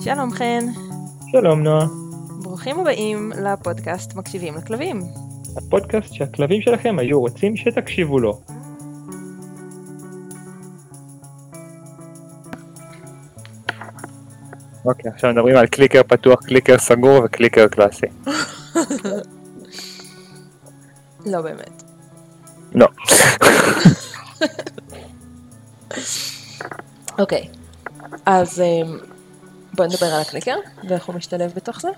שלום חן. שלום נועה. ברוכים הבאים לפודקאסט מקשיבים לכלבים. הפודקאסט שהכלבים שלכם היו רוצים שתקשיבו לו. אוקיי, עכשיו מדברים על קליקר פתוח, קליקר סגור וקליקר קלאסי. לא באמת. לא. אוקיי, אז בוא נדבר על הקליקר ואיך הוא משתלב בתוך זה.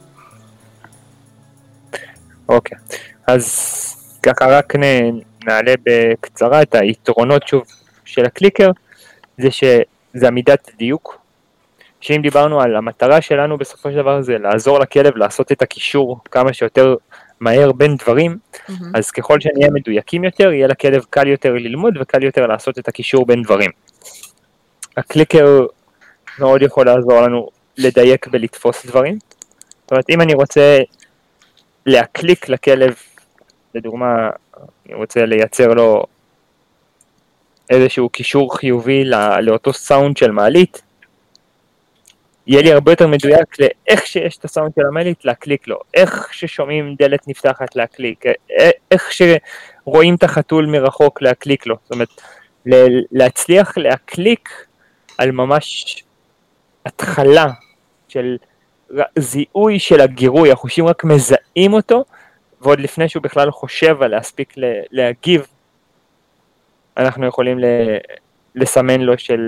אוקיי, אז ככה רק נעלה בקצרה את היתרונות שוב של הקליקר, זה שזה עמידת דיוק. שאם דיברנו על המטרה שלנו בסופו של דבר זה לעזור לכלב לעשות את הקישור כמה שיותר מהר בין דברים, אז ככל שנהיה מדויקים יותר, יהיה לכלב קל יותר ללמוד וקל יותר לעשות את הקישור בין דברים. הקליקר מאוד יכול לעזור לנו לדייק ולתפוס דברים. זאת אומרת, אם אני רוצה להקליק לכלב, לדוגמה, אני רוצה לייצר לו איזשהו קישור חיובי לאותו סאונד של מעלית, יהיה לי הרבה יותר מדויק לאיך שיש את הסאונד של המעלית להקליק לו, איך ששומעים דלת נפתחת להקליק, איך שרואים את החתול מרחוק להקליק לו. זאת אומרת, להצליח להקליק על ממש התחלה של זיהוי של הגירוי, החושים רק מזהים אותו, ועוד לפני שהוא בכלל חושב על להספיק להגיב, אנחנו יכולים לסמן לו של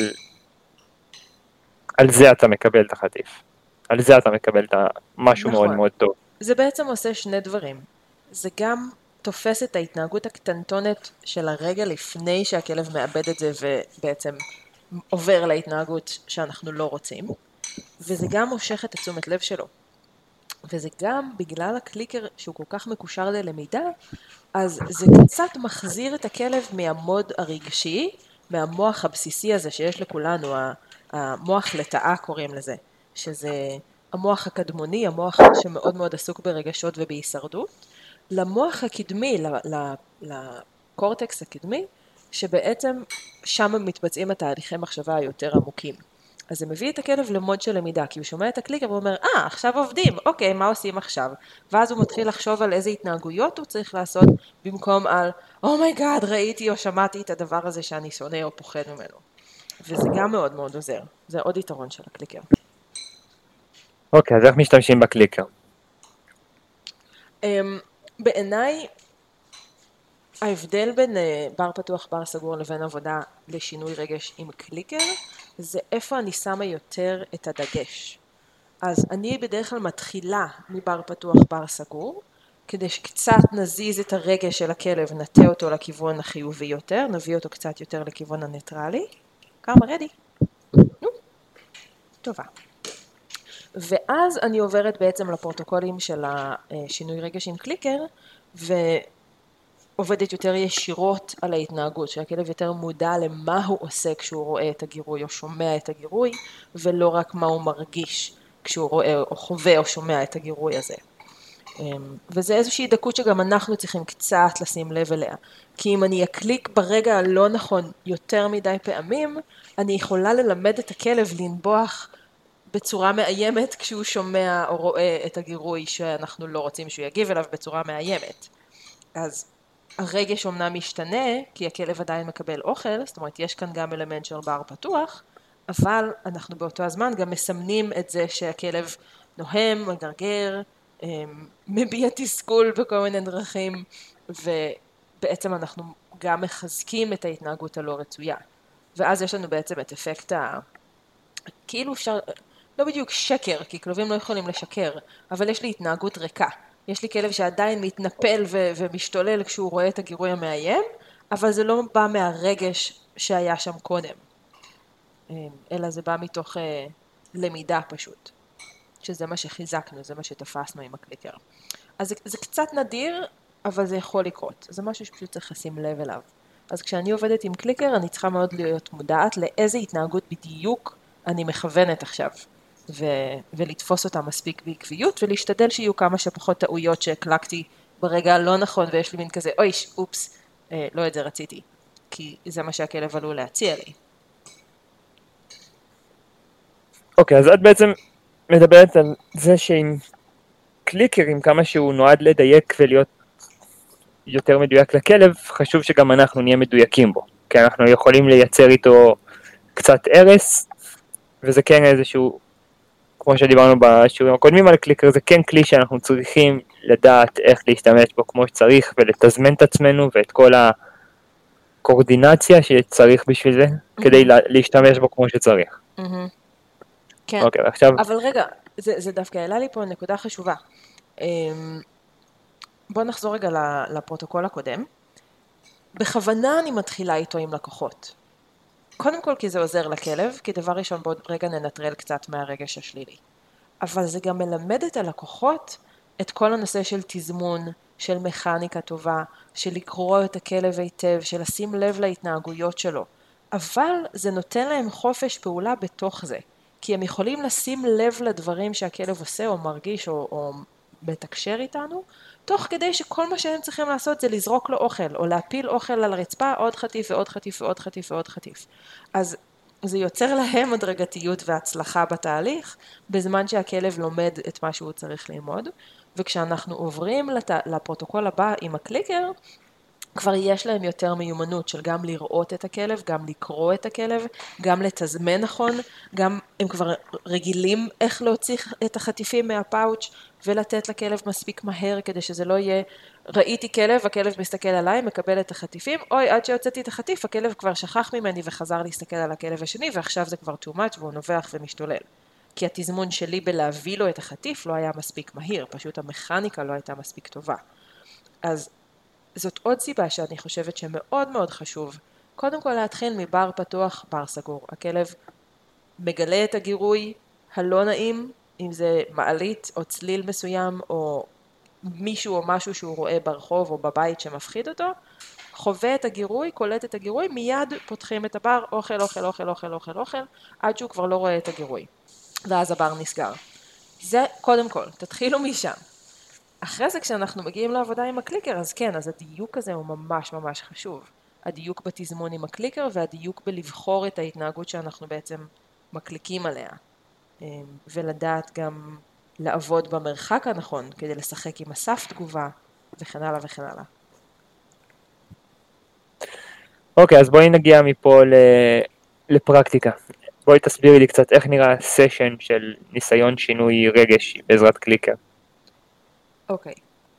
על זה אתה מקבל את החטיף, על זה אתה מקבל את משהו נכון. מאוד מאוד טוב. זה בעצם עושה שני דברים. זה גם תופס את ההתנהגות הקטנטונת של הרגע לפני שהכלב מאבד את זה ובעצם עובר להתנהגות שאנחנו לא רוצים, וזה גם מושך את התשומת לב שלו. וזה גם בגלל הקליקר שהוא כל כך מקושר ללמידה, אז זה קצת מחזיר את הכלב מהמוד הרגשי, מהמוח הבסיסי הזה שיש לכולנו, המוח לטאה קוראים לזה, שזה המוח הקדמוני, המוח שמאוד מאוד עסוק ברגשות ובהישרדות, למוח הקדמי, לקורטקס הקדמי, שבעצם שם מתבצעים התהליכי מחשבה היותר עמוקים. אז זה מביא את הכלב למוד של למידה, כי הוא שומע את הקליקר והוא אומר, עכשיו עובדים, אוקיי, מה עושים עכשיו? ואז הוא מתחיל לחשוב על איזה התנהגויות הוא צריך לעשות, במקום על, אומייגאד, ראיתי או שמעתי את הדבר הזה שאני שונא או פוחד ממנו. וזה גם מאוד מאוד עוזר. זה עוד יתרון של הקליקר. אוקיי, אז איך משתמשים בקליקר? בעיניי, ההבדל בין בר פתוח, בר סגור לבין עבודה לשינוי רגש עם קליקר, זה איפה אני שמה יותר את הדגש. אז אני בדרך כלל מתחילה מבר פתוח, בר סגור, כדי שקצת נזיז את הרגש של הכלב, נטה אותו לכיוון החיובי יותר, נביא אותו קצת יותר לכיוון הניטרלי. קרמה, רדי. טובה. ואז אני עוברת בעצם לפרוטוקולים של השינוי רגש עם קליקר, ועובדת יותר ישירות על ההתנהגות, שהכלב יותר מודע למה הוא עושה כשהוא רואה את הגירוי או שומע את הגירוי, ולא רק מה הוא מרגיש כשהוא רואה או חווה או שומע את הגירוי הזה. וזה איזושהי דקות שגם אנחנו צריכים קצת לשים לב אליה. כי אם אני אקליק ברגע הלא נכון יותר מדי פעמים, אני יכולה ללמד את הכלב לנבוח בצורה מאיימת כשהוא שומע או רואה את הגירוי שאנחנו לא רוצים שהוא יגיב אליו בצורה מאיימת. אז הרגש אומנם משתנה, כי הכלב עדיין מקבל אוכל, זאת אומרת יש כאן גם אלמנט של בר פתוח, אבל אנחנו באותו הזמן גם מסמנים את זה שהכלב נוהם, מגרגר, מביע תסכול בכל מיני דרכים, ובעצם אנחנו גם מחזקים את ההתנהגות הלא רצויה. ואז יש לנו בעצם את אפקט כאילו אפשר, לא בדיוק שקר, כי כלבים לא יכולים לשקר, אבל יש לי התנהגות ריקה. יש לי כלב שעדיין מתנפל ומשתולל כשהוא רואה את הגירוי המאיים, אבל זה לא בא מהרגש שהיה שם קודם, אלא זה בא מתוך למידה פשוט. שזה מה שחיזקנו, זה מה שתפסנו עם הקליקר. אז זה קצת נדיר, אבל זה יכול לקרות. זה משהו שפשוט צריך לשים לב אליו. אז כשאני עובדת עם קליקר, אני צריכה מאוד להיות מודעת לאיזה התנהגות בדיוק אני מכוונת עכשיו. ולתפוס אותה מספיק בעקביות, ולהשתדל שיהיו כמה שפחות טעויות שהקלקתי ברגע הלא נכון, ויש לי מין כזה, אויש, אופס, לא את זה רציתי. כי זה מה שהכלב עלול להציע לי. אוקיי, אז את בעצם מדברת על זה שעם קליקרים, כמה שהוא נועד לדייק ולהיות יותר מדויק לכלב, חשוב שגם אנחנו נהיה מדויקים בו, כי אנחנו יכולים לייצר איתו קצת הרס, וזה כן איזשהו, כמו שדיברנו בשיעורים הקודמים על קליקר, זה כן כלי שאנחנו צריכים לדעת איך להשתמש בו כמו שצריך, ולתזמן את עצמנו ואת כל הקורדינציה שצריך בשביל זה, כדי להשתמש בו כמו שצריך. כן, אוקיי, עכשיו... אבל רגע, זה דווקא העלה לי פה נקודה חשובה. בוא נחזור רגע לפרוטוקול הקודם. בכוונה אני מתחילה איתו עם לקוחות. קודם כל כי זה עוזר לכלב, כי דבר ראשון בוא רגע ננטרל קצת מהרגש השלילי. אבל זה גם מלמד את הלקוחות את כל הנושא של תזמון, של מכניקה טובה, של לקרוא את הכלב היטב, של לשים לב להתנהגויות שלו. אבל זה נותן להם חופש פעולה בתוך זה. כי הם יכולים לשים לב לדברים שהכלב עושה או מרגיש או מתקשר איתנו, תוך כדי שכל מה שהם צריכים לעשות זה לזרוק לו אוכל, או להפיל אוכל על הרצפה, עוד חטיף ועוד חטיף ועוד חטיף ועוד חטיף. אז זה יוצר להם הדרגתיות והצלחה בתהליך, בזמן שהכלב לומד את מה שהוא צריך ללמוד, וכשאנחנו עוברים לפרוטוקול הבא עם הקליקר, כבר יש להם יותר מיומנות של גם לראות את הכלב, גם לקרוא את הכלב, גם לתזמן נכון, גם הם כבר רגילים איך להוציא את החטיפים מהפאוץ' ולתת לכלב מספיק מהר כדי שזה לא יהיה, ראיתי כלב, הכלב מסתכל עליי, מקבל את החטיפים, אוי, עד שהוצאתי את החטיף, הכלב כבר שכח ממני וחזר להסתכל על הכלב השני, ועכשיו זה כבר too much והוא נובח ומשתולל. כי התזמון שלי בלהביא לו את החטיף לא היה מספיק מהיר, פשוט המכניקה לא הייתה מספיק טובה. אז זאת עוד סיבה שאני חושבת שמאוד מאוד חשוב. קודם כל להתחיל מבר פתוח, בר סגור. הכלב מגלה את הגירוי הלא נעים, אם זה מעלית או צליל מסוים, או מישהו או משהו שהוא רואה ברחוב או בבית שמפחיד אותו, חווה את הגירוי, קולט את הגירוי, מיד פותחים את הבר, אוכל, אוכל, אוכל, אוכל, אוכל, אוכל, עד שהוא כבר לא רואה את הגירוי. ואז הבר נסגר. זה קודם כל, תתחילו משם. אחרי זה כשאנחנו מגיעים לעבודה עם הקליקר, אז כן, אז הדיוק הזה הוא ממש ממש חשוב. הדיוק בתזמון עם הקליקר והדיוק בלבחור את ההתנהגות שאנחנו בעצם מקליקים עליה. ולדעת גם לעבוד במרחק הנכון כדי לשחק עם הסף תגובה וכן הלאה וכן הלאה. אוקיי, אז בואי נגיע מפה לפרקטיקה. בואי תסבירי לי קצת איך נראה סשן של ניסיון שינוי רגש בעזרת קליקר. אוקיי,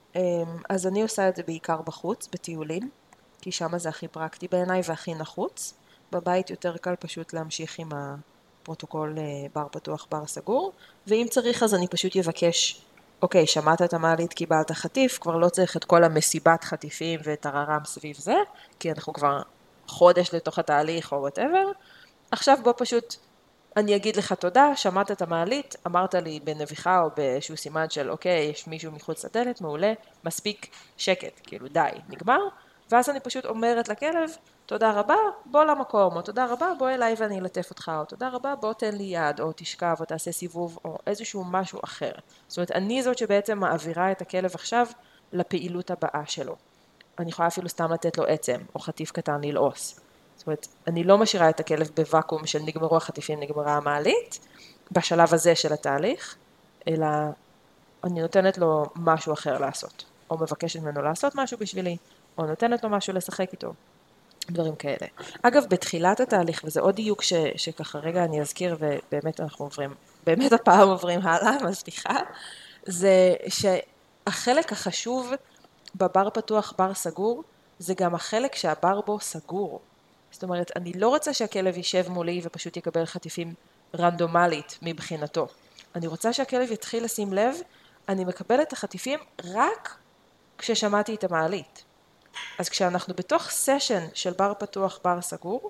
אז אני עושה את זה בעיקר בחוץ, בטיולים, כי שם זה הכי פרקטי בעיניי והכי נחוץ. בבית יותר קל פשוט להמשיך עם הפרוטוקול בר פתוח, בר סגור, ואם צריך אז אני פשוט יבקש, אוקיי, שמעת את המעלית, קיבלת חטיף, כבר לא צריך את כל המסיבת חטיפים ואת הררם סביב זה, כי אנחנו כבר חודש לתוך התהליך או whatever. עכשיו בוא פשוט אני אגיד לך תודה, שמעת את המעלית, אמרת לי בנביחה או באיזשהו סימן של אוקיי, יש מישהו מחוץ לדלת, מעולה, מספיק שקט, כאילו די, נגמר, ואז אני פשוט אומרת לכלב, תודה רבה, בוא למקום, או תודה רבה, בוא אליי ואני אלטף אותך, או תודה רבה, בוא תן לי יד, או תשכב, או תעשה סיבוב, או איזשהו משהו אחר. זאת אומרת, אני זאת שבעצם מעבירה את הכלב עכשיו לפעילות הבאה שלו. אני יכולה אפילו סתם לתת לו עצם, או חטיף קטן ללעוס. זאת אומרת, אני לא משאירה את הכלב בוואקום של נגמרו החטיפים, נגמרה המעלית, בשלב הזה של התהליך, אלא אני נותנת לו משהו אחר לעשות, או מבקשת ממנו לעשות משהו בשבילי, או נותנת לו משהו לשחק איתו, דברים כאלה. אגב, בתחילת התהליך, וזה עוד דיוק שככה רגע אני אזכיר, ובאמת אנחנו עוברים, באמת הפעם עוברים הלאה, מבטיחה, זה שהחלק החשוב בבר פתוח, בר סגור, זה גם החלק שהבר בו סגור. זאת אומרת, אני לא רוצה שהכלב יישב מולי ופשוט יקבל חטיפים רנדומלית מבחינתו. אני רוצה שהכלב יתחיל לשים לב, אני מקבל את החטיפים רק כששמעתי את המעלית. אז כשאנחנו בתוך סשן של בר פתוח, בר סגור,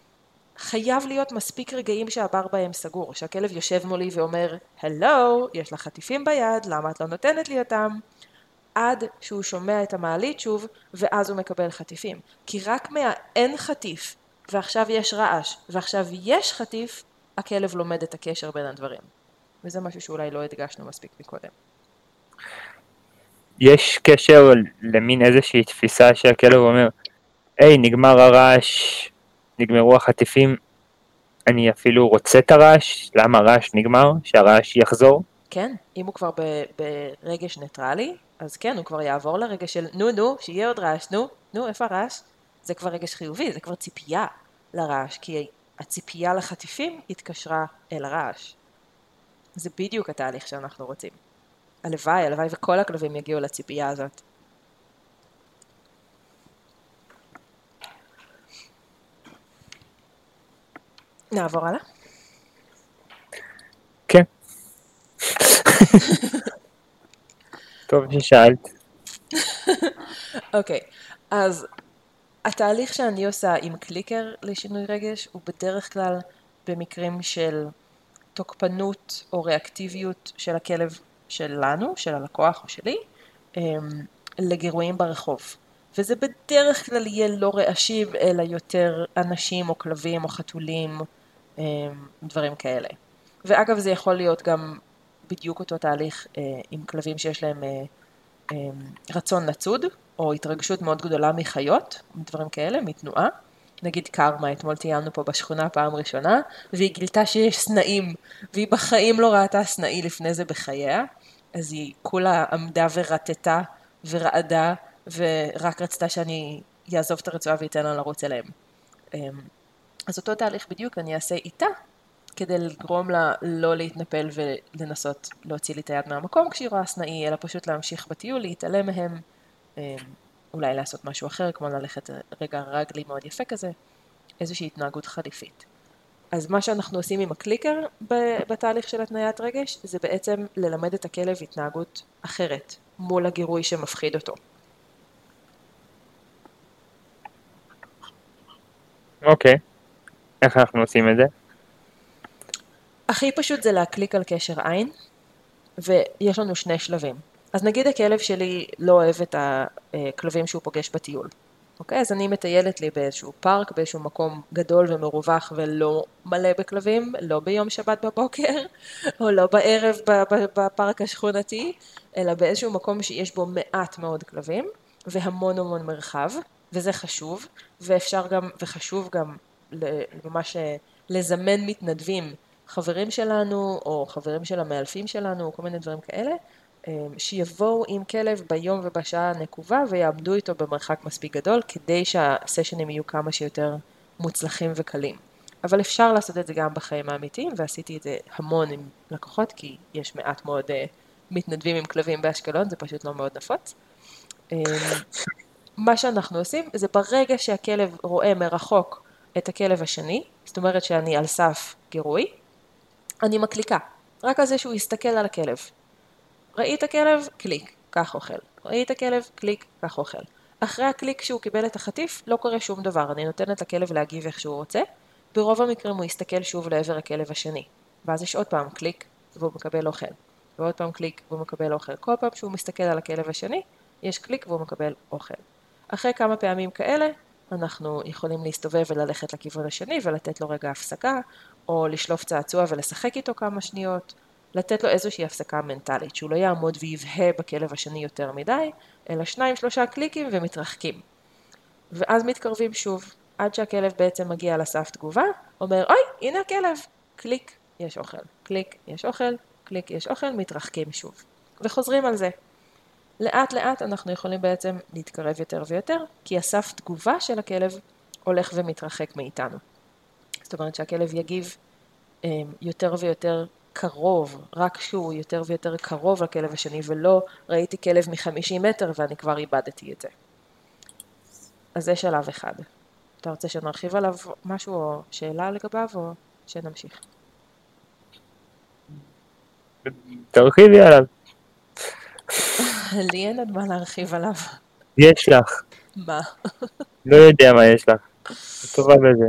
חייב להיות מספיק רגעים שהבר בהם סגור, שהכלב יושב מולי ואומר, הלו, יש לך חטיפים ביד, למה את לא נותנת לי אותם? עד שהוא שומע את המעלית שוב, ואז הוא מקבל חטיפים. כי רק מהאין חטיף, ועכשיו יש רעש, ועכשיו יש חטיף, הכלב לומד את הקשר בין הדברים. וזה משהו שאולי לא הדגשנו מספיק מקודם. יש קשר למין איזושהי תפיסה שהכלב אומר, היי, נגמר הרעש, נגמרו החטיפים, אני אפילו רוצה את הרעש, למה הרעש נגמר? שהרעש יחזור? כן, אם הוא כבר ברגש ניטרלי, אז כן, הוא כבר יעבור לרגש של נו, שיהיה עוד רעש, נו, איפה הרעש? זה כבר רגש חיובי, זה כבר ציפייה לרעש, כי הציפייה לחטיפים התקשרה אל הרעש. זה בדיוק התהליך שאנחנו רוצים. הלוואי וכל הכלבים יגיעו לציפייה הזאת. נעבור הלאה? כן. טוב ששאלת. אוקיי, אז התהליך שאני עושה עם קליקר לשינוי רגש הוא בדרך כלל במקרים של תוקפנות או ריאקטיביות של הכלב שלנו, של הלקוח או שלי, לגירויים ברחוב. וזה בדרך כלל יהיה לא רעשים, אלא יותר אנשים או כלבים או חתולים, דברים כאלה. ואגב, זה יכול להיות גם בדיוק אותו תהליך עם כלבים שיש להם רצון לצוד, או התרגשות מאוד גדולה מחיות, דברים כאלה, מתנועה. נגיד קרמה, אתמול טיילנו פה בשכונה פעם ראשונה, והיא גילתה שיש סנאים, והיא בחיים לא ראתה סנאי לפני זה בחייה, אז היא כולה עמדה ורטטה ורעדה, ורק רצתה שאני יעזוב את הרצועה וייתן לה לרוץ אליהם. אז אותו תהליך בדיוק אני אעשה איתה, כדי לגרום לה לא להתנפל ולנסות להוציא לי את היד מהמקום כשהיא רואה סנאי, אלא פשוט להמשיך בטיול, להתעלם מהם, אולי לעשות משהו אחר, כמו ללכת רגע רגלי מאוד יפה כזה, איזושהי התנהגות חליפית. אז מה שאנחנו עושים עם הקליקר בתהליך של התניית רגש, זה בעצם ללמד את הכלב התנהגות אחרת, מול הגירוי שמפחיד אותו. אוקיי. איך אנחנו עושים את זה? הכי פשוט זה להקליק על קשר עין, ויש לנו שני שלבים. אז נגיד הכלב שלי לא אוהב את הכלבים שהוא פוגש בטיול. אוקיי? אז אני מטיילת לי באיזשהו פארק, באיזשהו מקום גדול ומרווח ולא מלא בכלבים, לא ביום שבת בבוקר, או לא בערב בפארק השכונתי, אלא באיזשהו מקום שיש בו מעט מאוד כלבים, והמון המון מרחב, וזה חשוב, ואפשר גם, וחשוב גם ממש לזמן מתנדבים, חברים שלנו, או חברים של המאלפים שלנו, או כל מיני דברים כאלה, שיבואו עם כלב ביום ובשעה הנקובה ויעמדו איתו במרחק מספיק גדול כדי שהסשנים יהיו כמה שיותר מוצלחים וקלים. אבל אפשר לעשות את זה גם בחיים האמיתיים, ועשיתי את זה המון עם לקוחות, כי יש מעט מאוד מתנדבים עם כלבים באשקלון, זה פשוט לא מאוד נפוץ. מה שאנחנו עושים זה ברגע שהכלב רואה מרחוק את הכלב השני, זאת אומרת שאני על סף גירוי, אני מקליקה, רק על זה שהוא יסתכל על הכלב. ראית הכלב? קליק, כך אוכל. ראית הכלב? קליק, כך אוכל. אחרי הקליק שהוא קיבל את החטיף, לא קורה שום דבר. אני נותנת לכלב להגיב איך שהוא רוצה. ברוב המקרים הוא יסתכל שוב לעבר הכלב השני. ואז יש עוד פעם קליק, והוא מקבל אוכל. ועוד פעם קליק, והוא מקבל אוכל. כל פעם שהוא מסתכל על הכלב השני, יש קליק והוא מקבל אוכל. אחרי כמה פעמים כאלה, אנחנו יכולים להסתובב וללכת לכיוון השני ולתת לו רגע הפסקה, או לשלוף צעצוע ולשחק איתו כמה שניות, לתת לו איזושהי הפסקה מנטלית, שהוא לא יעמוד ויבהה בכלב השני יותר מדי, אלא 2-3 קליקים ומתרחקים. ואז מתקרבים שוב, עד שהכלב בעצם מגיע לסף תגובה, אומר, אוי, הנה הכלב, קליק, יש אוכל, קליק, יש אוכל, קליק, יש אוכל, מתרחקים שוב. וחוזרים על זה. לאט לאט אנחנו יכולים בעצם להתקרב יותר ויותר, כי הסף תגובה של הכלב הולך ומתרחק מאיתנו. זאת אומרת שהכלב יגיב יותר ויותר קרוב, רק שהוא יותר ויותר קרוב לכלב השני, ולא ראיתי כלב מ-50 מטר ואני כבר איבדתי את זה. אז זה שלב אחד. אתה רוצה שנרחיב עליו משהו או שאלה לגביו, או שנמשיך? תרחיבי עליו. לי אין עוד מה להרחיב עליו. יש לך. מה? לא יודע מה יש לך. טובה בזה.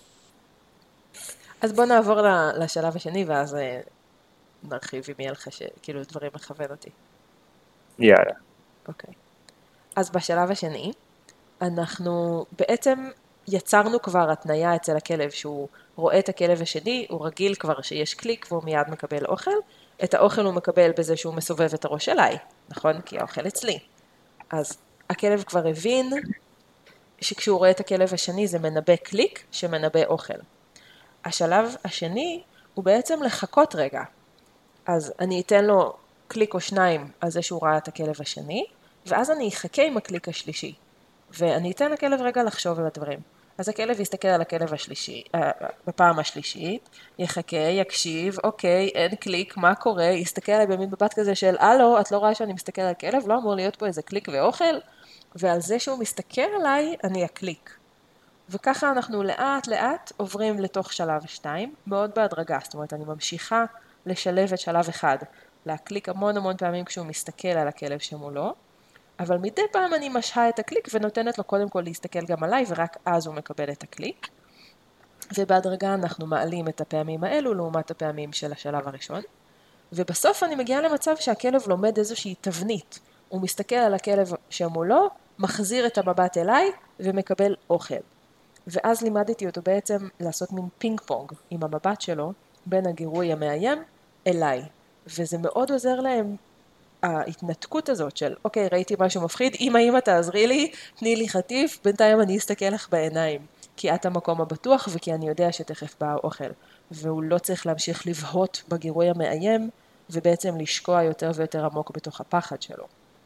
אז בוא נעבור לשלב השני, ואז נרחיב אם יהיה לך כאילו דברים מכוון אותי. יאללה. אוקיי. אז בשלב השני, אנחנו בעצם יצרנו כבר התניה אצל הכלב, שהוא רואה את הכלב השני, הוא רגיל כבר שיש קליק והוא מיד מקבל אוכל. את האוכל הוא מקבל בזה שהוא מסובב את הראש אליי, נכון? כי האוכל אצלי. אז הכלב כבר הבין שכשהוא רואה את הכלב השני זה מנבא קליק שמנבא אוכל. השלב השני הוא בעצם לחכות רגע. אז אני אתן לו קליק או שניים על זה שהוא ראה את הכלב השני, ואז אני אחכה עם הקליק השלישי. ואני אתן לכלב רגע לחשוב על הדברים. אז הכלב יסתכל על הכלב השלישי, בפעם השלישית, יחכה, יקשיב, אוקיי, אין קליק, מה קורה? יסתכל עליי במין מבט כזה של, הלו, את לא רואה שאני מסתכל על כלב? לא אמור להיות פה איזה קליק ואוכל? ועל זה שהוא מסתכל עליי, אני אקליק. וככה אנחנו לאט לאט עוברים לתוך שלב 2, מאוד בהדרגה, זאת אומרת אני ממשיכה לשלב את שלב 1, להקליק המון פעמים כשהוא מסתכל על הכלב שמולו, אבל מדי פעם אני משהה את הקליק ונותנת לו קודם כל להסתכל גם עליי, ורק אז הוא מקבל את הקליק. ובהדרגה אנחנו מעלים את הפעמים האלו לעומת הפעמים של השלב הראשון. ובסוף אני מגיעה למצב שהכלב לומד איזושהי תבנית. הוא מסתכל על הכלב שמולו, מחזיר את המבט אליי ומקבל אוכל. ואז לימדתי אותו בעצם לעשות מין פינג פונג עם המבט שלו בין הגירוי המאיים אליי. וזה מאוד עוזר להם, ההתנתקות הזאת של, אוקיי, ראיתי משהו מפחיד, אמא תעזרי לי, תני לי חטיף, בינתיים אני אסתכל לך בעיניים, כי את המקום הבטוח וכי אני יודע שתכף בא האוכל. והוא לא צריך להמשיך לבהות בגירוי המאיים, ובעצם לשקוע יותר ויותר עמוק בתוך הפחד שלו.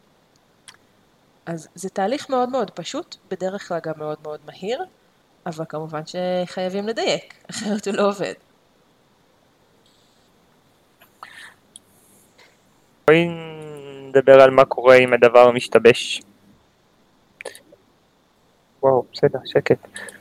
אז זה תהליך מאוד פשוט, בדרך כלל גם מאוד מהיר, אבל כמובן שחייבים לדייק, אחרת הוא לא עובד. בואי נדבר על מה קורה אם הדבר משתבש. וואו, בסדר, שקט.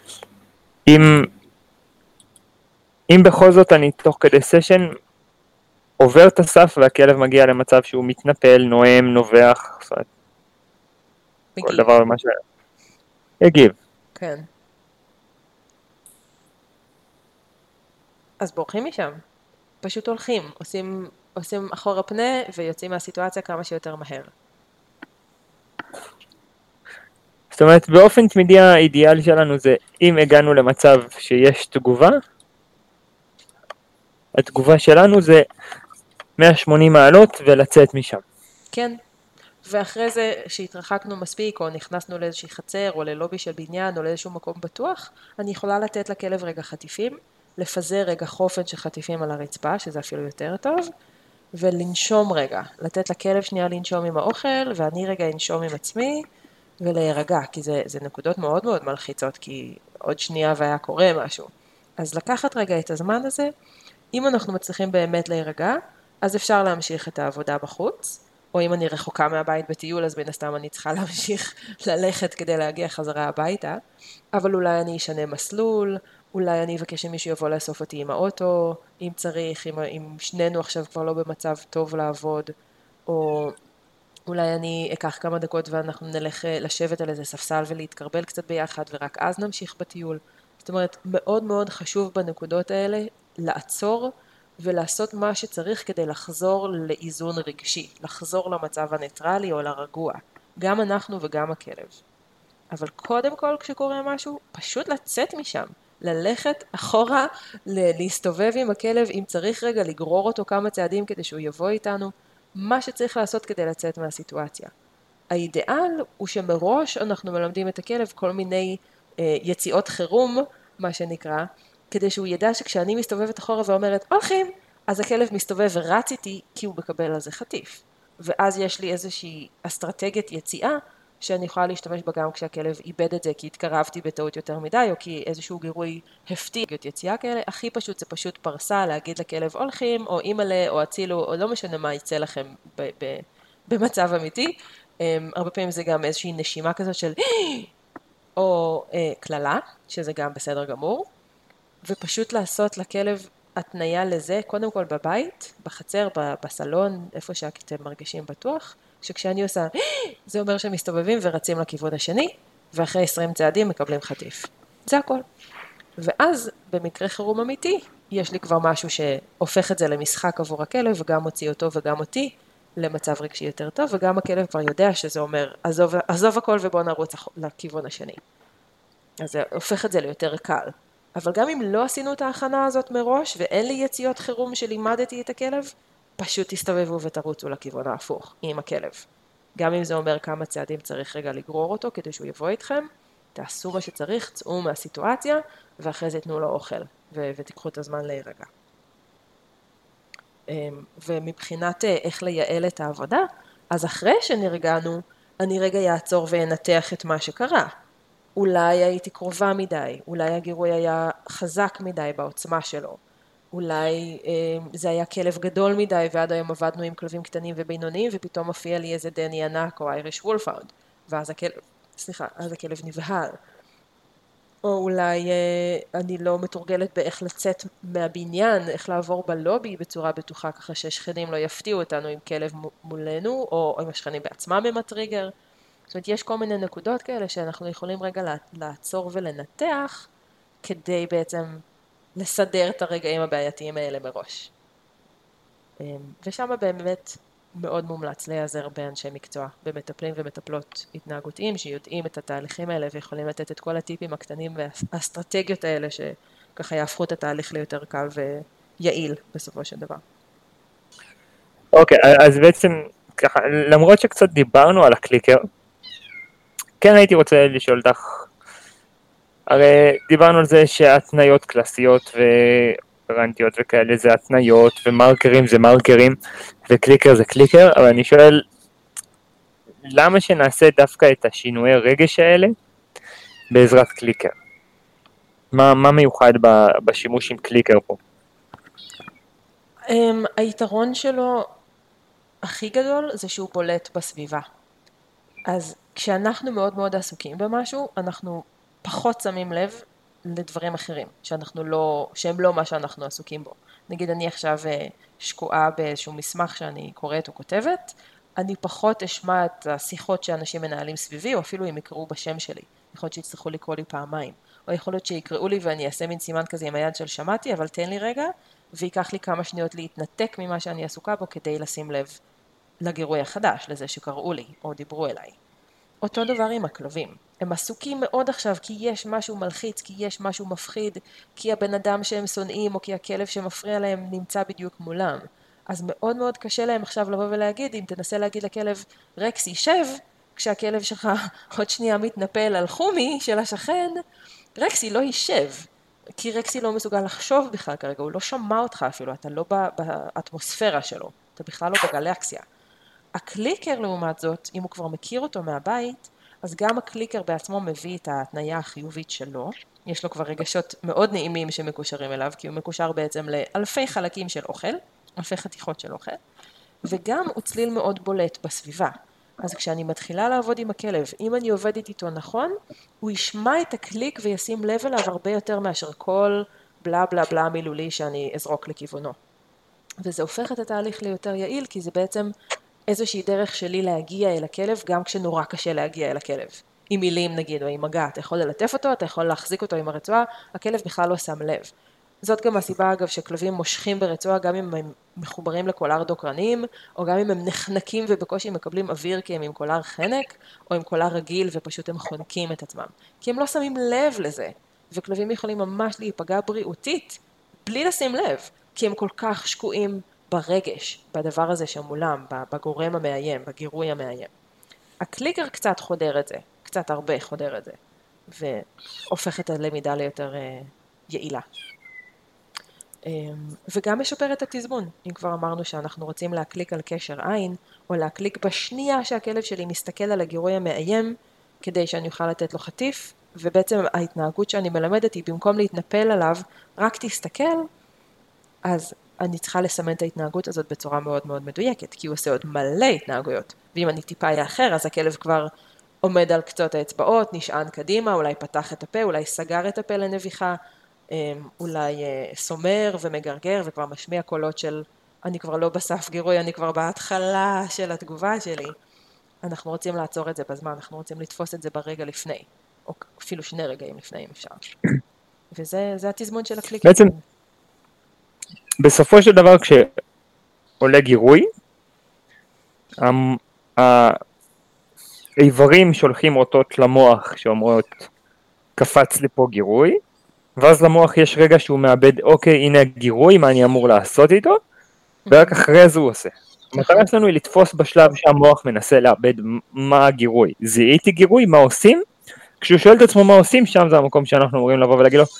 אם בכל זאת אני תוך כדי סשן עובר את הסף והכלב מגיע למצב שהוא מתנפל, נואם, נובח, זאת אומרת, כל דבר מה יגיב. כן. אז בורחים משם. פשוט הולכים, עושים אחורה פנה ויוצאים מהסיטואציה כמה שיותר מהר. זאת אומרת, באופן תמידי האידיאל שלנו זה, אם הגענו למצב שיש תגובה, התגובה שלנו זה 180 מעלות ולצאת משם. כן. ואחרי זה שהתרחקנו מספיק, או נכנסנו לאיזושהי חצר, או ללובי של בניין, או לאיזשהו מקום בטוח, אני יכולה לתת לכלב רגע חטיפים, לפזר רגע חופן של חטיפים על הרצפה, שזה אפילו יותר טוב, ולנשום רגע, לתת לכלב שנייה לנשום עם האוכל, ואני רגע אנשום עם עצמי, ולהירגע, כי זה נקודות מאוד מלחיצות, כי עוד שנייה והיה קורה משהו. אז לקחת רגע את הזמן הזה, אם אנחנו מצליחים באמת להירגע, אז אפשר להמשיך את העבודה בחוץ, או אם אני רחוקה מהבית בטיול, אז בין הסתם אני צריכה להמשיך ללכת כדי להגיע חזרה הביתה, אבל אולי אני אשנה מסלול, אולי אני אבקש שמישהו יבוא לאסוף אותי עם האוטו, אם צריך, אם שנינו עכשיו כבר לא במצב טוב לעבוד, או אולי אני אקח כמה דקות ואנחנו נלך לשבת על איזה ספסל ולהתקרבל קצת ביחד, ורק אז נמשיך בטיול. זאת אומרת, מאוד חשוב בנקודות האלה לעצור ולעשות מה שצריך כדי לחזור לאיזון רגשי, לחזור למצב הניטרלי או לרגוע, גם אנחנו וגם הכלב. אבל קודם כל כשקורה משהו, פשוט לצאת משם, ללכת אחורה, להסתובב עם הכלב, אם צריך רגע לגרור אותו כמה צעדים כדי שהוא יבוא איתנו, מה שצריך לעשות כדי לצאת מהסיטואציה. האידיאל הוא שמראש אנחנו מלמדים את הכלב כל מיני יציאות חירום, מה שנקרא, כדי שהוא ידע שכשאני מסתובבת אחורה ואומרת הולכים, אז הכלב מסתובב ורץ איתי כי הוא מקבל על זה חטיף. ואז יש לי איזושהי אסטרטגיית יציאה שאני יכולה להשתמש בה גם כשהכלב איבד את זה כי התקרבתי בטעות יותר מדי או כי איזשהו גירוי הפתיע יציאה כאלה. הכי פשוט זה פשוט פרסה להגיד לכלב הולכים או אימאלה או הצילו או לא משנה מה יצא לכם במצב אמיתי. הרבה פעמים זה גם איזושהי נשימה כזאת של או כללה, שזה גם בסדר גמור, ופשוט לעשות לכלב התניה לזה, קודם כל בבית, בחצר, בסלון, איפה שאתם מרגישים בטוח, שכשאני עושה, זה אומר שהם מסתובבים ורצים לכיוון השני, ואחרי 20 צעדים מקבלים חטיף. זה הכל. ואז, במקרה חירום אמיתי, יש לי כבר משהו שהופך את זה למשחק עבור הכלב, וגם מוציא אותו וגם אותי, למצב רגשי יותר טוב, וגם הכלב כבר יודע שזה אומר, עזוב הכל ובוא נרוץ לכיוון השני. אז זה הופך את זה ליותר קל. אבל גם אם לא עשינו את ההכנה הזאת מראש, ואין לי יציאות חירום שלימדתי את הכלב, פשוט תסתובבו ותרוצו לכיוון ההפוך עם הכלב. גם אם זה אומר כמה צעדים צריך רגע לגרור אותו כדי שהוא יבוא איתכם, תעשו מה שצריך, צאו מהסיטואציה, ואחרי זה תנו לו אוכל, ותיקחו את הזמן להירגע. ומבחינת איך לייעל את העבודה, אז אחרי שנרגענו, אני רגע יעצור וינתח את מה שקרה. אולי הייתי קרובה מדי, אולי הגירוי היה חזק מדי בעוצמה שלו, אולי זה היה כלב גדול מדי ועד היום עבדנו עם כלבים קטנים ובינוניים ופתאום מופיע לי איזה דני ענק או אייריש וולפאונד ואז הכלב נבהל. או אולי אני לא מתורגלת באיך לצאת מהבניין, איך לעבור בלובי בצורה בטוחה ככה שהשכנים לא יפתיעו אותנו עם כלב מולנו או עם השכנים בעצמם עם הטריגר. זאת אומרת, יש כל מיני נקודות כאלה שאנחנו יכולים רגע לעצור ולנתח כדי בעצם לסדר את הרגעים הבעייתיים האלה מראש. ושם באמת מאוד מומלץ להיעזר באנשי מקצוע, במטפלים ומטפלות התנהגותיים שיודעים את התהליכים האלה ויכולים לתת את כל הטיפים הקטנים והאסטרטגיות האלה שככה יהפכו את התהליך ליותר קל ויעיל בסופו של דבר. אוקיי, אז בעצם ככה, למרות שקצת דיברנו על הקליקר, כן הייתי רוצה לשאול אותך, הרי דיברנו על זה שהתניות קלאסיות ורנטיות וכאלה זה התניות ומרקרים זה מרקרים וקליקר זה קליקר, אבל אני שואל למה שנעשה דווקא את השינויי רגש האלה בעזרת קליקר? מה מיוחד בשימוש עם קליקר פה? היתרון שלו הכי גדול זה שהוא בולט בסביבה. אז כשאנחנו מאוד מאוד עסוקים במשהו, אנחנו פחות שמים לב לדברים אחרים, שהם לא מה שאנחנו עסוקים בו. נגיד אני עכשיו שקועה באיזשהו מסמך שאני קוראת או כותבת, אני פחות אשמע את השיחות שאנשים מנהלים סביבי, או אפילו אם יקראו בשם שלי. יכול להיות שיצטרכו לקרוא לי פעמיים. או יכול להיות שיקראו לי ואני אעשה מין סימן כזה עם היד של שמעתי, אבל תן לי רגע, ויקח לי כמה שניות להתנתק ממה שאני עסוקה בו, כדי לשים לב לגירוי החדש, לזה שקראו לי או דיברו אליי. אותו דבר עם הכלבים. הם עסוקים מאוד עכשיו כי יש משהו מלחיץ, כי יש משהו מפחיד, כי הבן אדם שהם שונאים או כי הכלב שמפריע להם נמצא בדיוק מולם. אז מאוד מאוד קשה להם עכשיו לבוא ולהגיד, אם תנסה להגיד לכלב רקסי שב, כשהכלב שלך עוד שנייה מתנפל על חומי של השכן, רקסי לא יישב. כי רקסי לא מסוגל לחשוב בכלל כרגע, הוא לא שמע אותך אפילו, אתה לא באטמוספירה שלו, אתה בכלל לא בגלקסיה. הקליקר לעומת זאת, אם הוא כבר מכיר אותו מהבית, אז גם הקליקר בעצמו מביא את ההתניה החיובית שלו, יש לו כבר רגשות מאוד נעימים שמקושרים אליו, כי הוא מקושר בעצם לאלפי חלקים של אוכל, אלפי חתיכות של אוכל, וגם הוא צליל מאוד בולט בסביבה. אז כשאני מתחילה לעבוד עם הכלב, אם אני עובדת איתו נכון, הוא ישמע את הקליק וישים לב אליו הרבה יותר מאשר כל בלה בלה בלה מילולי שאני אזרוק לכיוונו. וזה הופך את התהליך ליותר יעיל, כי זה בעצם איזושהי דרך שלי להגיע אל הכלב, גם כשנורא קשה להגיע אל הכלב. עם מילים נגיד, או עם מגע, אתה יכול ללטף אותו, אתה יכול להחזיק אותו עם הרצועה, הכלב בכלל לא שם לב. זאת גם הסיבה אגב שכלבים מושכים ברצועה, גם אם הם מחוברים לקולר דוקרנים, או גם אם הם נחנקים ובקושי מקבלים אוויר כי הם עם קולר חנק, או עם קולר רגיל ופשוט הם חונקים את עצמם. כי הם לא שמים לב לזה, וכלבים יכולים ממש להיפגע בריאותית, בלי לשים לב, כי הם כל כך שקועים ברגש, בדבר הזה שמולם, בגורם המאיים, בגירוי המאיים. הקליקר קצת חודר את זה, קצת הרבה חודר את זה, והופך את הלמידה ליותר יעילה. וגם משפר את התזמון. אם כבר אמרנו שאנחנו רוצים להקליק על קשר עין, או להקליק בשנייה שהכלב שלי מסתכל על הגירוי המאיים, כדי שאני אוכל לתת לו חטיף, ובעצם ההתנהגות שאני מלמדת היא במקום להתנפל עליו, רק תסתכל, אז אני צריכה לסמן את ההתנהגות הזאת בצורה מאוד מאוד מדויקת, כי הוא עושה עוד מלא התנהגויות, ואם אני טיפה יאחר, אז הכלב כבר עומד על קצות האצבעות, נשען קדימה, אולי פתח את הפה, אולי סגר את הפה לנביחה, אולי סומר ומגרגר וכבר משמיע קולות של אני כבר לא בסף גירוי, אני כבר בהתחלה של התגובה שלי. אנחנו רוצים לעצור את זה בזמן, אנחנו רוצים לתפוס את זה ברגע לפני, או אפילו 2 רגעים לפני אם אפשר. וזה התזמון של הקליק. בעצם, בסופו של דבר כשעולה גירוי, האיברים שולחים אותות למוח שאומרות קפץ לי פה גירוי, ואז למוח יש רגע שהוא מאבד, אוקיי, הנה הגירוי, מה אני אמור לעשות איתו, ורק אחרי זה הוא עושה. המטרה שלנו היא לתפוס בשלב שהמוח מנסה לאבד מה הגירוי. זיהיתי גירוי, מה עושים? כשהוא שואל את עצמו מה עושים, שם זה המקום שאנחנו אמורים לבוא ולהגיד לו,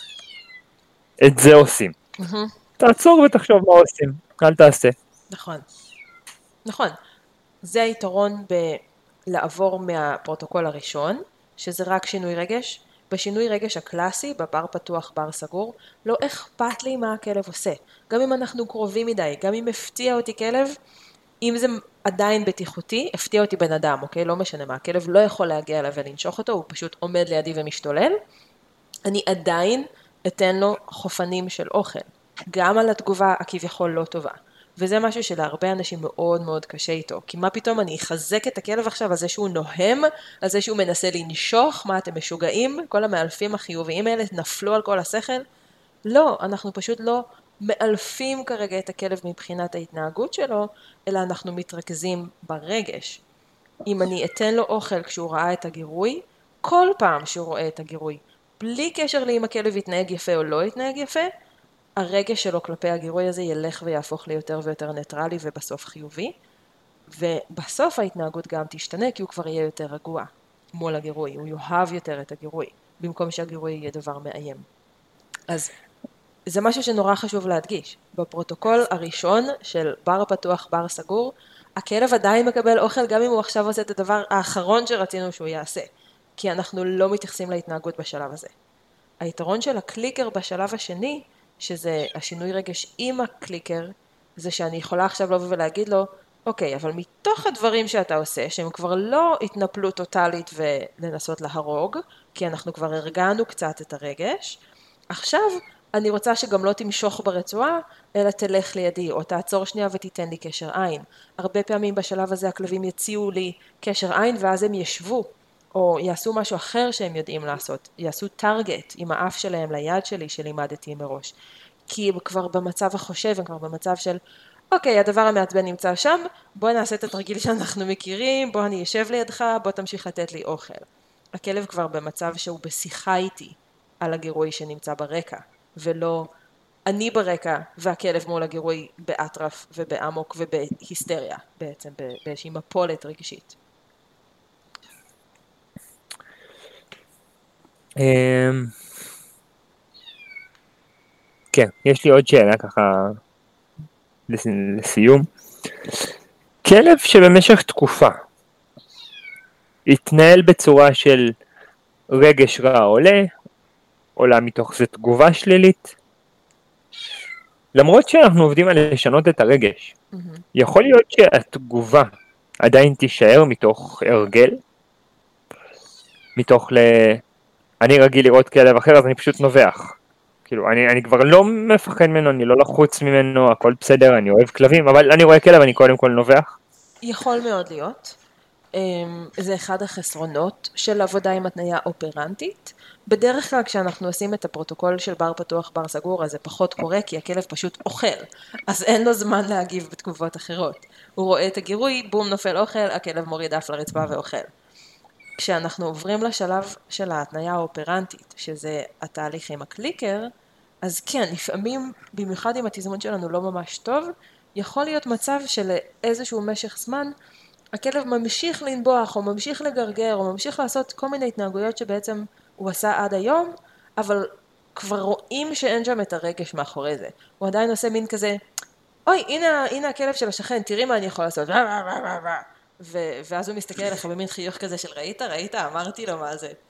את זה עושים. תעצור ותחשוב מה עושים, אל תעשה. נכון. נכון. זה היתרון בלעבור מהפרוטוקול הראשון, שזה רק שינוי רגש. בשינוי רגש הקלאסי, בבר פתוח, בר סגור, לא אכפת לי מה הכלב עושה. גם אם אנחנו קרובים מדי, גם אם הפתיע אותי כלב, אם זה עדיין בטיחותי, הפתיע אותי בן אדם, אוקיי? לא משנה מה, הכלב לא יכול להגיע אליו ולנשוך אותו, הוא פשוט עומד לידי ומשתולל. אני עדיין אתן לו חופנים של אוכל, גם על התגובה הכביכול לא טובה. וזה משהו שלהרבה אנשים מאוד מאוד קשה איתו, כי מה פתאום אני אחזק את הכלב עכשיו על זה שהוא נוהם, על זה שהוא מנסה לנשוך, מה אתם משוגעים? כל המאלפים החיוביים האלה נפלו על כל השכל? לא, אנחנו פשוט לא מאלפים כרגע את הכלב מבחינת ההתנהגות שלו, אלא אנחנו מתרכזים ברגש. אם אני אתן לו אוכל כשהוא ראה את הגירוי, כל פעם שהוא רואה את הגירוי, בלי קשר לאם הכלב יתנהג יפה או לא יתנהג יפה, הרגש שלו כלפי הגירוי הזה ילך ויהפוך ליותר ויותר ניטרלי ובסוף חיובי, ובסוף ההתנהגות גם תשתנה כי הוא כבר יהיה יותר רגוע מול הגירוי, הוא יאהב יותר את הגירוי, במקום שהגירוי יהיה דבר מאיים. אז זה משהו שנורא חשוב להדגיש. בפרוטוקול הראשון של בר פתוח, בר סגור, הכלב עדיין מקבל אוכל גם אם הוא עכשיו עושה את הדבר האחרון שרצינו שהוא יעשה, כי אנחנו לא מתייחסים להתנהגות בשלב הזה. היתרון של הקליקר בשלב השני, שזה השינוי רגש עם הקליקר, זה שאני יכולה עכשיו לבוא ולהגיד לו, אוקיי, אבל מתוך הדברים שאתה עושה, שהם כבר לא התנפלות טוטלית ולנסות להרוג, כי אנחנו כבר הרגענו קצת את הרגש, עכשיו אני רוצה שגם לא תמשוך ברצועה, אלא תלך לידי, או תעצור שנייה ותיתן לי קשר עין. הרבה פעמים בשלב הזה הכלבים יציעו לי קשר עין, ואז הם ישבו, או יעשו משהו אחר שהם יודעים לעשות, יעשו טרגט עם האף שלהם ליד שלי שלימדתי מראש. כי הם כבר במצב החושב, הם כבר במצב של, אוקיי, הדבר המעצבן נמצא שם, בוא נעשה את התרגיל שאנחנו מכירים, בוא אני אשב לידך, בוא תמשיך לתת לי אוכל. הכלב כבר במצב שהוא בשיחה איתי על הגירוי שנמצא ברקע, ולא אני ברקע והכלב מול הגירוי באטרף ובאמוק ובהיסטריה בעצם, באיזושהי מפולת רגשית. כן, יש לי עוד שאלה ככה לסיום. כלב שבמשך תקופה התנהל בצורה של רגש רע עולה מתוך זה תגובה שלילית, למרות שאנחנו עובדים על לשנות את הרגש, יכול להיות שהתגובה עדיין תישאר מתוך הרגל, מתוך אני רגיל לראות כלב אחר אז אני פשוט נובח, כאילו אני כבר לא מפחד ממנו, אני לא לחוץ ממנו, הכל בסדר, אני אוהב כלבים, אבל אני רואה כלב, אני קודם כל נובח. יכול מאוד להיות. זה אחד החסרונות של עבודה עם התניה אופרנטית. בדרך כלל כשאנחנו עושים את הפרוטוקול של בר פתוח, בר סגור, אז זה פחות קורה כי הכלב פשוט אוכל, אז אין לו זמן להגיב בתגובות אחרות. הוא רואה את הגירוי, בום נופל אוכל, הכלב מוריד אף לרצפה ואוכל. כשאנחנו עוברים לשלב של ההתניה האופרנטית, שזה התהליך עם הקליקר, אז כן, לפעמים, במיוחד אם התזמון שלנו לא ממש טוב, יכול להיות מצב של איזשהו משך זמן, הכלב ממשיך לנבוח, או ממשיך לגרגר, או ממשיך לעשות כל מיני התנהגויות שבעצם הוא עשה עד היום, אבל כבר רואים שאין שם את הרגש מאחורי זה. הוא עדיין עושה מין כזה, אוי, הנה הכלב של השכן, תראי מה אני יכול לעשות. ואז הוא מסתכל עליך במין חיוך כזה של ראית? אמרתי לו מה זה.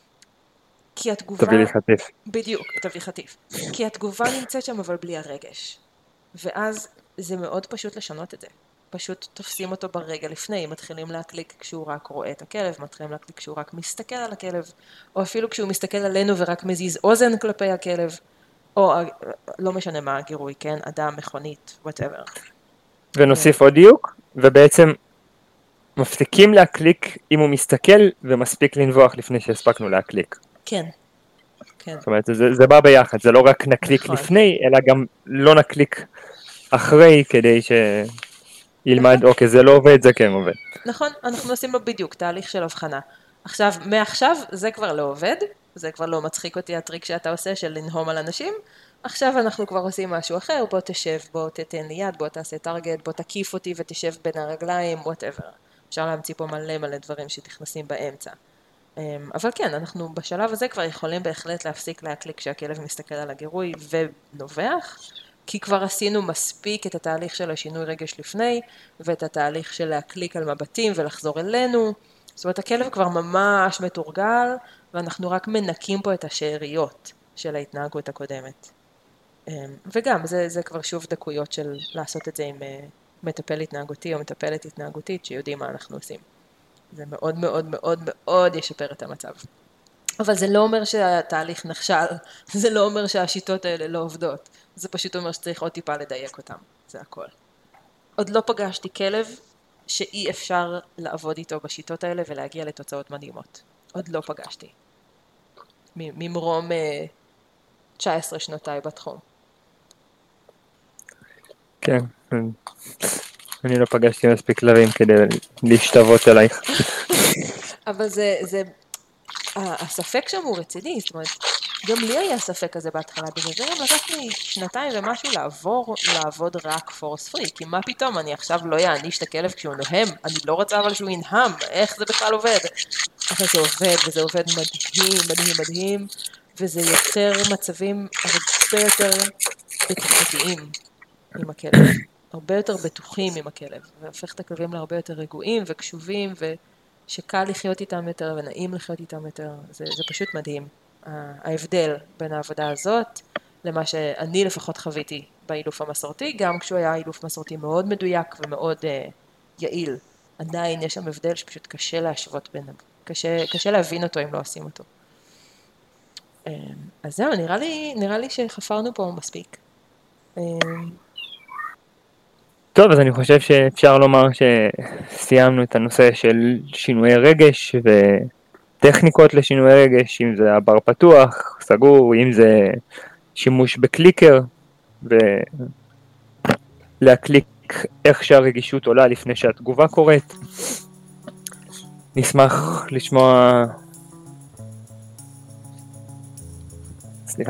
כי התגובה... תביא לי חטיף. בדיוק, תביא חטיף. כי התגובה נמצאת שם אבל בלי הרגש. ואז זה מאוד פשוט לשנות את זה. פשוט תופסים אותו ברגע לפני, מתחילים להקליק כשהוא רק רואה את הכלב, מתחילים להקליק כשהוא רק מסתכל על הכלב, או אפילו כשהוא מסתכל עלינו ורק מזיז אוזן כלפי הכלב, או לא משנה מה הגירוי, כן? אדם, מכונית, whatever. ונוסיף עוד דיוק, ובעצם מפסיקים להקליק אם הוא מסתכל ומספיק לנבוח לפני שהספקנו להקליק. כן. כן. זאת אומרת, זה בא ביחד, זה לא רק נקליק נכון. לפני, אלא גם לא נקליק אחרי כדי שילמד, נכון. אוקיי, זה לא עובד, זה כן עובד. נכון, אנחנו עושים לו בדיוק תהליך של הבחנה. עכשיו, מעכשיו זה כבר לא עובד, זה כבר לא מצחיק אותי הטריק שאתה עושה של לנהום על אנשים, עכשיו אנחנו כבר עושים משהו אחר, בוא תשב, בוא תתן לי יד, בוא תעשה טרגט, בוא תקיף אותי ותשב בין הרגליים, whatever. אפשר להמציא פה מלא דברים שתכנסים באמצע. אבל כן, אנחנו בשלב הזה כבר יכולים בהחלט להפסיק להקליק כשהכלב מסתכל על הגירוי ונובח, כי כבר עשינו מספיק את התהליך של השינוי רגש לפני, ואת התהליך של להקליק על מבטים ולחזור אלינו. זאת אומרת, הכלב כבר ממש מתורגל, ואנחנו רק מנקים פה את השאריות של ההתנהגות הקודמת. וגם, זה כבר שוב דקויות של לעשות את זה עם מטפל התנהגותי או מטפלת התנהגותית, שיודעים מה אנחנו עושים. זה מאוד מאוד מאוד מאוד ישפר את המצב. אבל זה לא אומר שהתהליך נכשל, זה לא אומר שהשיטות האלה לא עובדות, זה פשוט אומר שצריך עוד טיפה לדייק אותם, זה הכל. עוד לא פגשתי כלב שאי אפשר לעבוד איתו בשיטות האלה ולהגיע לתוצאות מדהימות. עוד לא פגשתי. ממרום 19 שנותיי בתחום. כן, אני לא פגשתי מספיק כלבים כדי להשתוות אלייך. אבל הספק שם הוא רציני, זאת אומרת, גם לי היה הספק הזה בהתחלה, בגלל זה גם לקח לי 2 ומשהו לעבוד רק פורס פרי, כי מה פתאום, אני עכשיו לא יעניש את הכלב כשהוא נוהם, אני לא רוצה אבל שהוא ינהם, איך זה בכלל עובד? אבל זה עובד, וזה עובד מדהים, מדהים, מדהים, וזה יוצר מצבים הרבה יותר בטוחתיים עם הכלב, הרבה יותר בטוחים עם הכלב, והופך את הכלבים להרבה יותר רגועים וקשובים, שקל לחיות איתם יותר ונעים לחיות איתם יותר, זה פשוט מדהים. ההבדל בין העבודה הזאת למה שאני לפחות חוויתי באילוף המסורתי, גם כשהוא היה אילוף מסורתי מאוד מדויק ומאוד יעיל. עדיין יש שם הבדל שפשוט קשה להשוות בינם, קשה להבין אותו אם לא עושים אותו. אז זהו, נראה לי שחפרנו פה מספיק. טוב, אז אני חושב שאפשר לומר שסיימנו את הנושא של שינויי רגש וטכניקות לשינויי רגש, אם זה הבר פתוח, סגור, אם זה שימוש בקליקר, ולהקליק איך שהרגישות עולה לפני שהתגובה קורית. נשמח לשמוע... סליחה.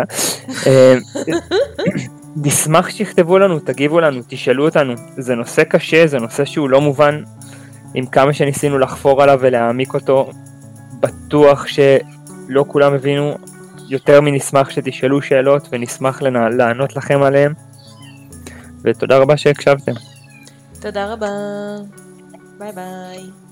נשמח שתכתבו לנו, תגיבו לנו, תשאלו אותנו. זה נושא קשה, זה נושא שהוא לא מובן. עם כמה שניסינו לחפור עליו ולהעמיק אותו, בטוח שלא כולם הבינו. יותר מנשמח שתשאלו שאלות ונשמח לענות לכם עליהם. ותודה רבה שהקשבתם. תודה רבה. ביי ביי.